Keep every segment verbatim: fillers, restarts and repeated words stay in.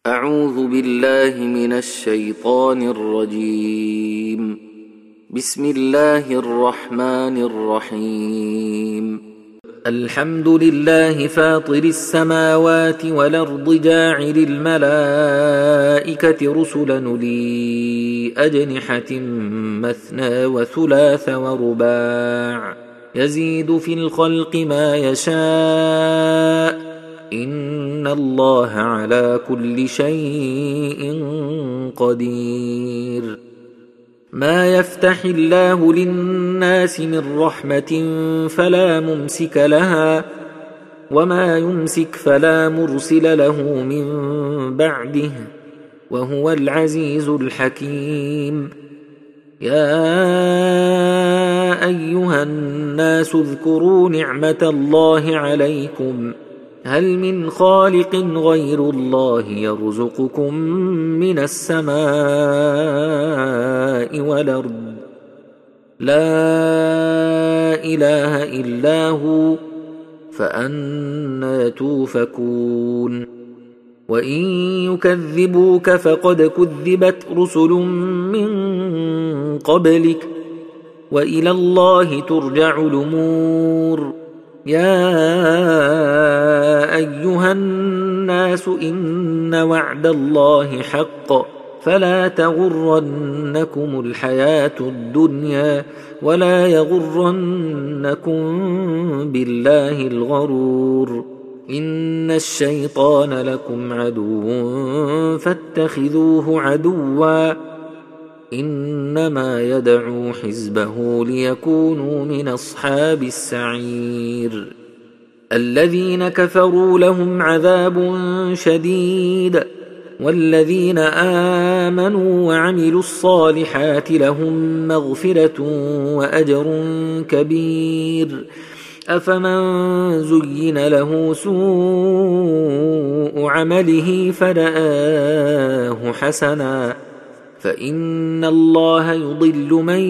أعوذ بالله من الشيطان الرجيم. بسم الله الرحمن الرحيم. الحمد لله فاطر السماوات والأرض جاعل الملائكة رسلا أولي أجنحة مثنى وثلاث ورباع يزيد في الخلق ما يشاء إن الله على كل شيء قدير. ما يفتح الله للناس من رحمة فلا ممسك لها وما يمسك فلا مرسل له من بعده وهو العزيز الحكيم. يا أيها الناس اذكروا نعمة الله عليكم هل من خالق غير الله يرزقكم من السماء والأرض لا إله إلا هو فأنى توفكون. وإن يكذبوك فقد كذبت رسل من قبلك وإلى الله ترجع الأمور. يا أيها الناس إن وعد الله حق فلا تغرنكم الحياة الدنيا ولا يغرنكم بالله الغرور. إن الشيطان لكم عدو فاتخذوه عدوا إنما يدعو حزبه ليكونوا من أصحاب السعير. الذين كفروا لهم عذاب شديد والذين آمنوا وعملوا الصالحات لهم مغفرة وأجر كبير. أفمن زين له سوء عمله فرآه حسنا فإن الله يضل من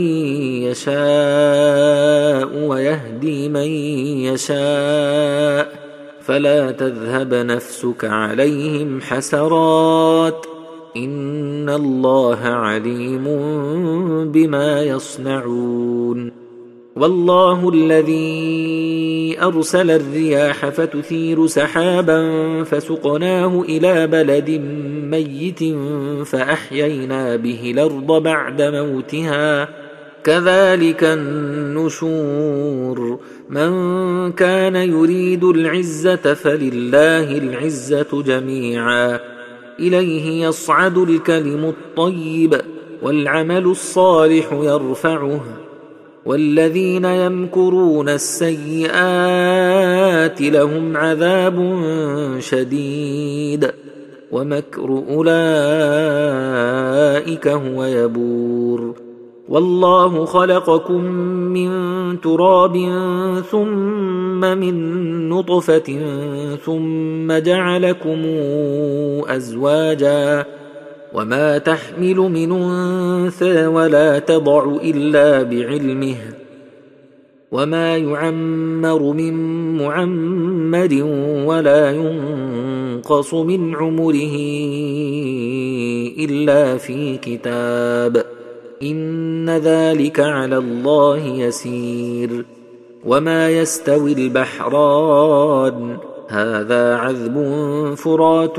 يشاء ويهدي من يشاء فلا تذهب نفسك عليهم حسرات إن الله عليم بما يصنعون. والله الذي أرسل الرياح فتثير سحابا فسقناه إلى بلد ميت فأحيينا به الأرض بعد موتها كذلك النشور. من كان يريد العزة فلله العزة جميعا إليه يصعد الكلم الطيب والعمل الصالح يرفعه والذين يمكرون السيئات لهم عذاب شديد ومكر أولئك هو يبور. والله خلقكم من تراب ثم من نطفة ثم جعلكم أزواجا وما تحمل من أنثى ولا تضع إلا بعلمه وما يعمر من معمر ولا ينقص من عمره إلا في كتاب إن ذلك على الله يسير. وما يستوي البحران هذا عذب فرات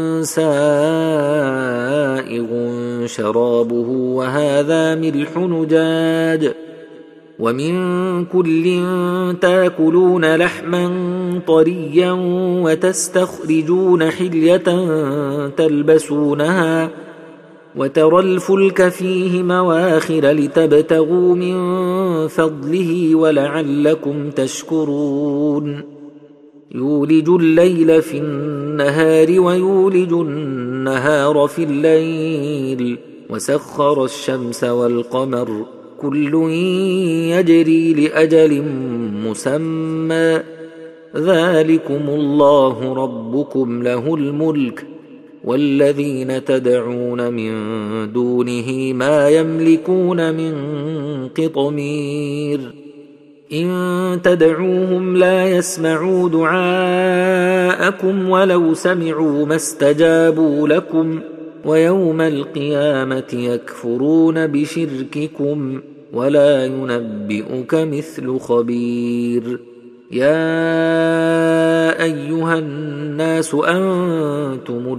سائغ شرابه وهذا ملح نجاج ومن كل تاكلون لحما طريا وتستخرجون حلية تلبسونها وترى الفلك فيه مواخر لتبتغوا من فضله ولعلكم تشكرون. يولج الليل في النهار ويولج النهار في الليل وسخر الشمس والقمر كل يجري لأجل مسمى ذلكم الله ربكم له الملك والذين تدعون من دونه ما يملكون من قطمير. إن تدعوهم لا يسمعوا دعاءكم ولو سمعوا ما استجابوا لكم ويوم القيامة يكفرون بشرككم ولا ينبئك مثل خبير. يا أيها الناس أنتم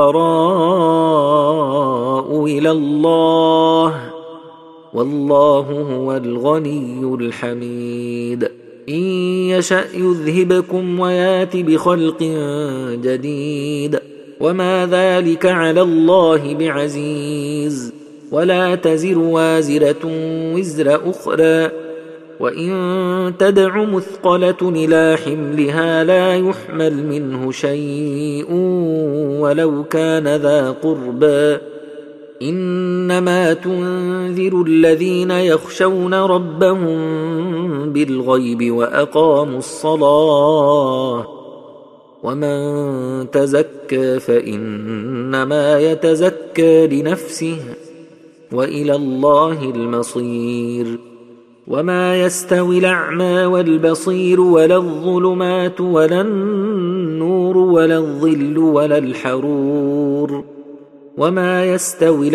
الفقراء إلى الله والله هو الغني الحميد. إن يشأ يذهبكم ويات بخلق جديد وما ذلك على الله بعزيز. ولا تزر وازرة وزر أخرى وإن تدع مثقلة إلى حملها لا يحمل منه شيء ولو كان ذا قربى. إنما تنذر الذين يخشون ربهم بالغيب وأقاموا الصلاة ومن تزكى فإنما يتزكى لنفسه وإلى الله المصير. وما يستوي الأعمى والبصير ولا الظلمات ولا النور ولا الظل ولا الحرور وما يستوي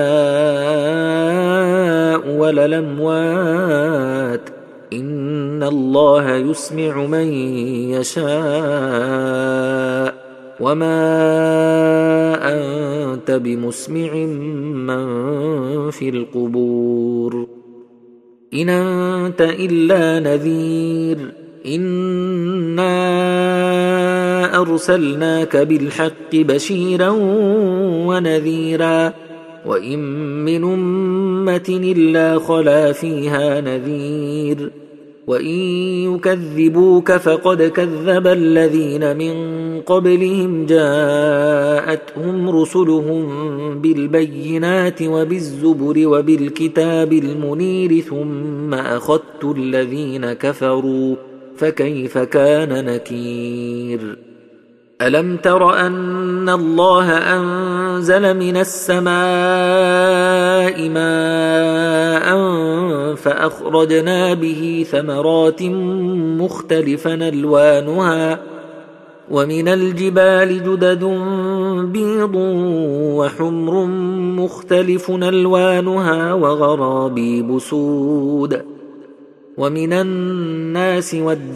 الأحياء ولا الأموات إن الله يسمع من يشاء وما أنت بمسمع من في القبور إن أنت إلا نذير. إنا أرسلناك بالحق بشيرا ونذيرا وإن من أمة إلا خلا فيها نذير وإن يكذبوك فقد كذب الذين من قبلهم جاءتهم رسلهم بالبينات وبالزبر وبالكتاب المنير ثم أخذت الذين كفروا فكيف كان نكير. ألم تر أن الله أنزل من السماء ماء فأخرجنا به ثمرات مختلفا ألوانها ومن الجبال جدد بيض وحمر مختلف ألوانها وغرابيب سود ومن الناس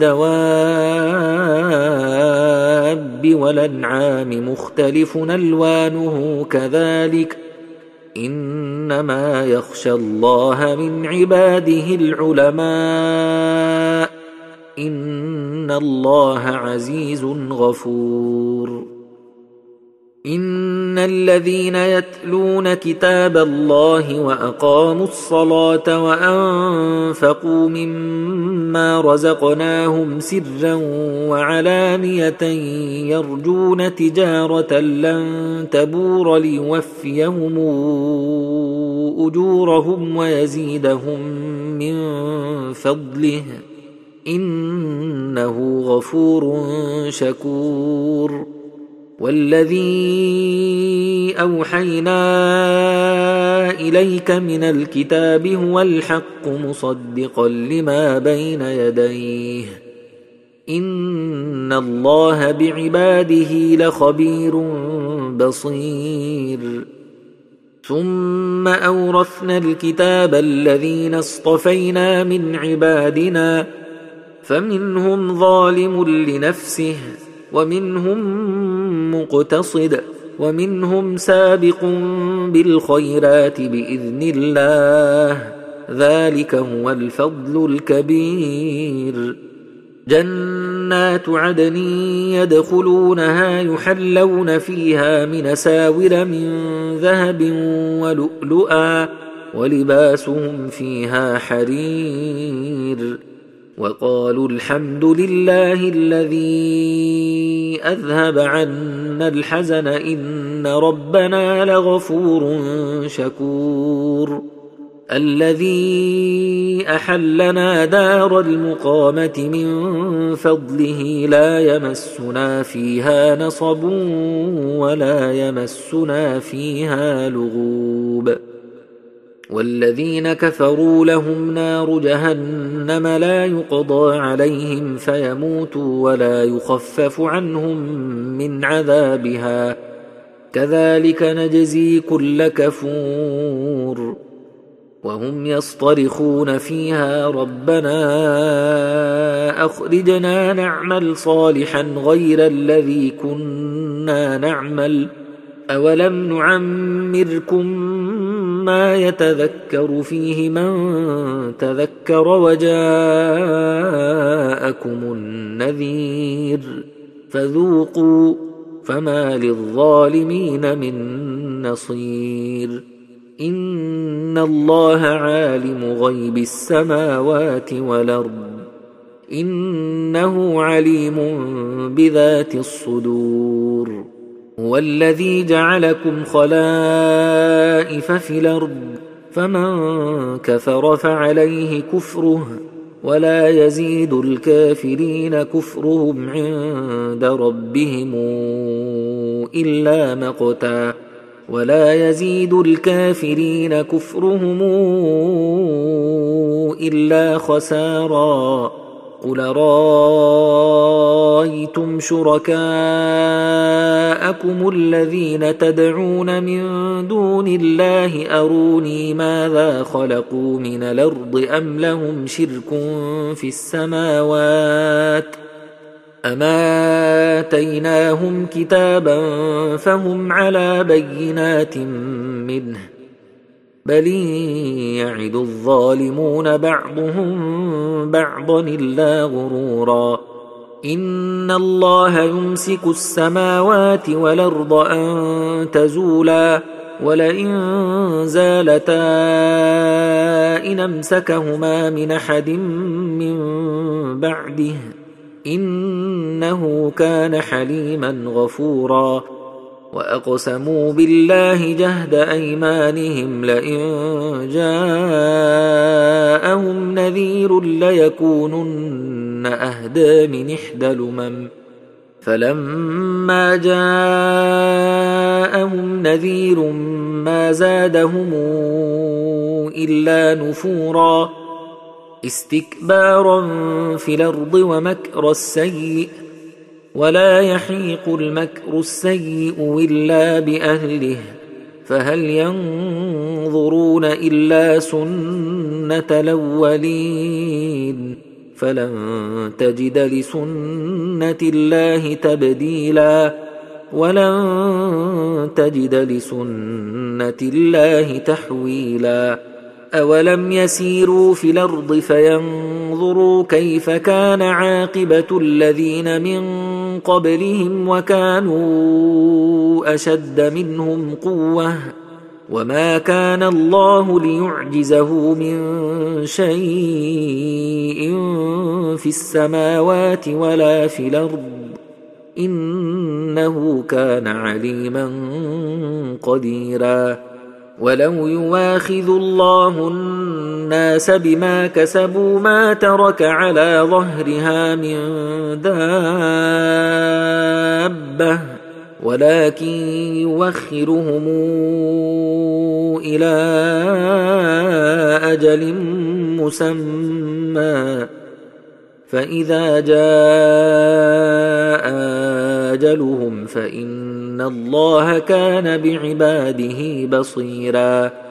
والدواب والأنعام مختلف ألوانه كذلك إنما يخشى الله من عباده العلماء إن الله عزيز غفور. إن الذين يتلون كتاب الله وأقاموا الصلاة وأنفقوا مما رزقناهم سرا وعلانية يرجون تجارة لن تبور ليوفيهم أجورهم ويزيدهم من فضله إنه غفور شكور. والذي أوحينا إليك من الكتاب هو الحق مصدقا لما بين يديه إن الله بعباده لخبير بصير. ثم أورثنا الكتاب الذين اصطفينا من عبادنا فمنهم ظالم لنفسه ومنهم مقتصد ومنهم سابق بالخيرات بإذن الله ذلك هو الفضل الكبير. جنات عدن يدخلونها يحلون فيها من أساور من ذهب ولؤلؤا ولباسهم فيها حرير وقالوا الحمد لله الذي أذهب عنا الحزن إن ربنا لغفور شكور. الذي أحلنا دار المقامة من فضله لا يمسنا فيها نصب ولا يمسنا فيها لغوب. والذين كفروا لهم نار جهنم لا يقضى عليهم فيموتوا ولا يخفف عنهم من عذابها كذلك نجزي كل كفور وهم يصطرخون فيها ربنا أخرجنا نعمل صالحا غير الذي كنا نعمل أولم نعمركم ما يتذكر فيه من تذكر وجاءكم النذير فذوقوا فما للظالمين من نصير إن الله عالم غيب السماوات والأرض إنه عليم بذات الصدور هو الذي جعلكم خلائف في الأرض فمن كفر فعليه كفره ولا يزيد الكافرين كفرهم عند ربهم إلا مقتا ولا يزيد الكافرين كفرهم إلا خسارا قل رأيتم شركاءكم الذين تدعون من دون الله أروني ماذا خلقوا من الأرض أم لهم شرك في السماوات أما آتيناهم كتابا فهم على بينات منه بل يعد الظالمون بعضهم بعضا إلا غرورا إن الله يمسك السماوات والأرض أن تزولا ولئن زالتا إن أمسكهما من أحد من بعده إنه كان حليما غفورا وأقسموا بالله جهد أيمانهم لئن جاءهم نذير ليكونن أهدى من إحدى الأمم فلما جاءهم نذير ما زادهم إلا نفورا استكبارا في الأرض ومكر السيء ولا يحيق المكر السيء إلا بأهله فهل ينظرون إلا سنة الأولين فلن تجد لسنة الله تبديلا ولن تجد لسنة الله تحويلا أولم يسيروا في الأرض فينظروا كيف كان عاقبة الذين من قبلهم وكانوا أشد منهم قوة وما كان الله ليعجزه من شيء في السماوات ولا في الأرض إنه كان عليما قديرا ولو يواخذ الله الناس بما كسبوا ما ترك على ظهرها من دابة ولكن يوخرهم إلى أجل مسمى فإذا جاء أجلهم فإن الله كان بعباده بصيرا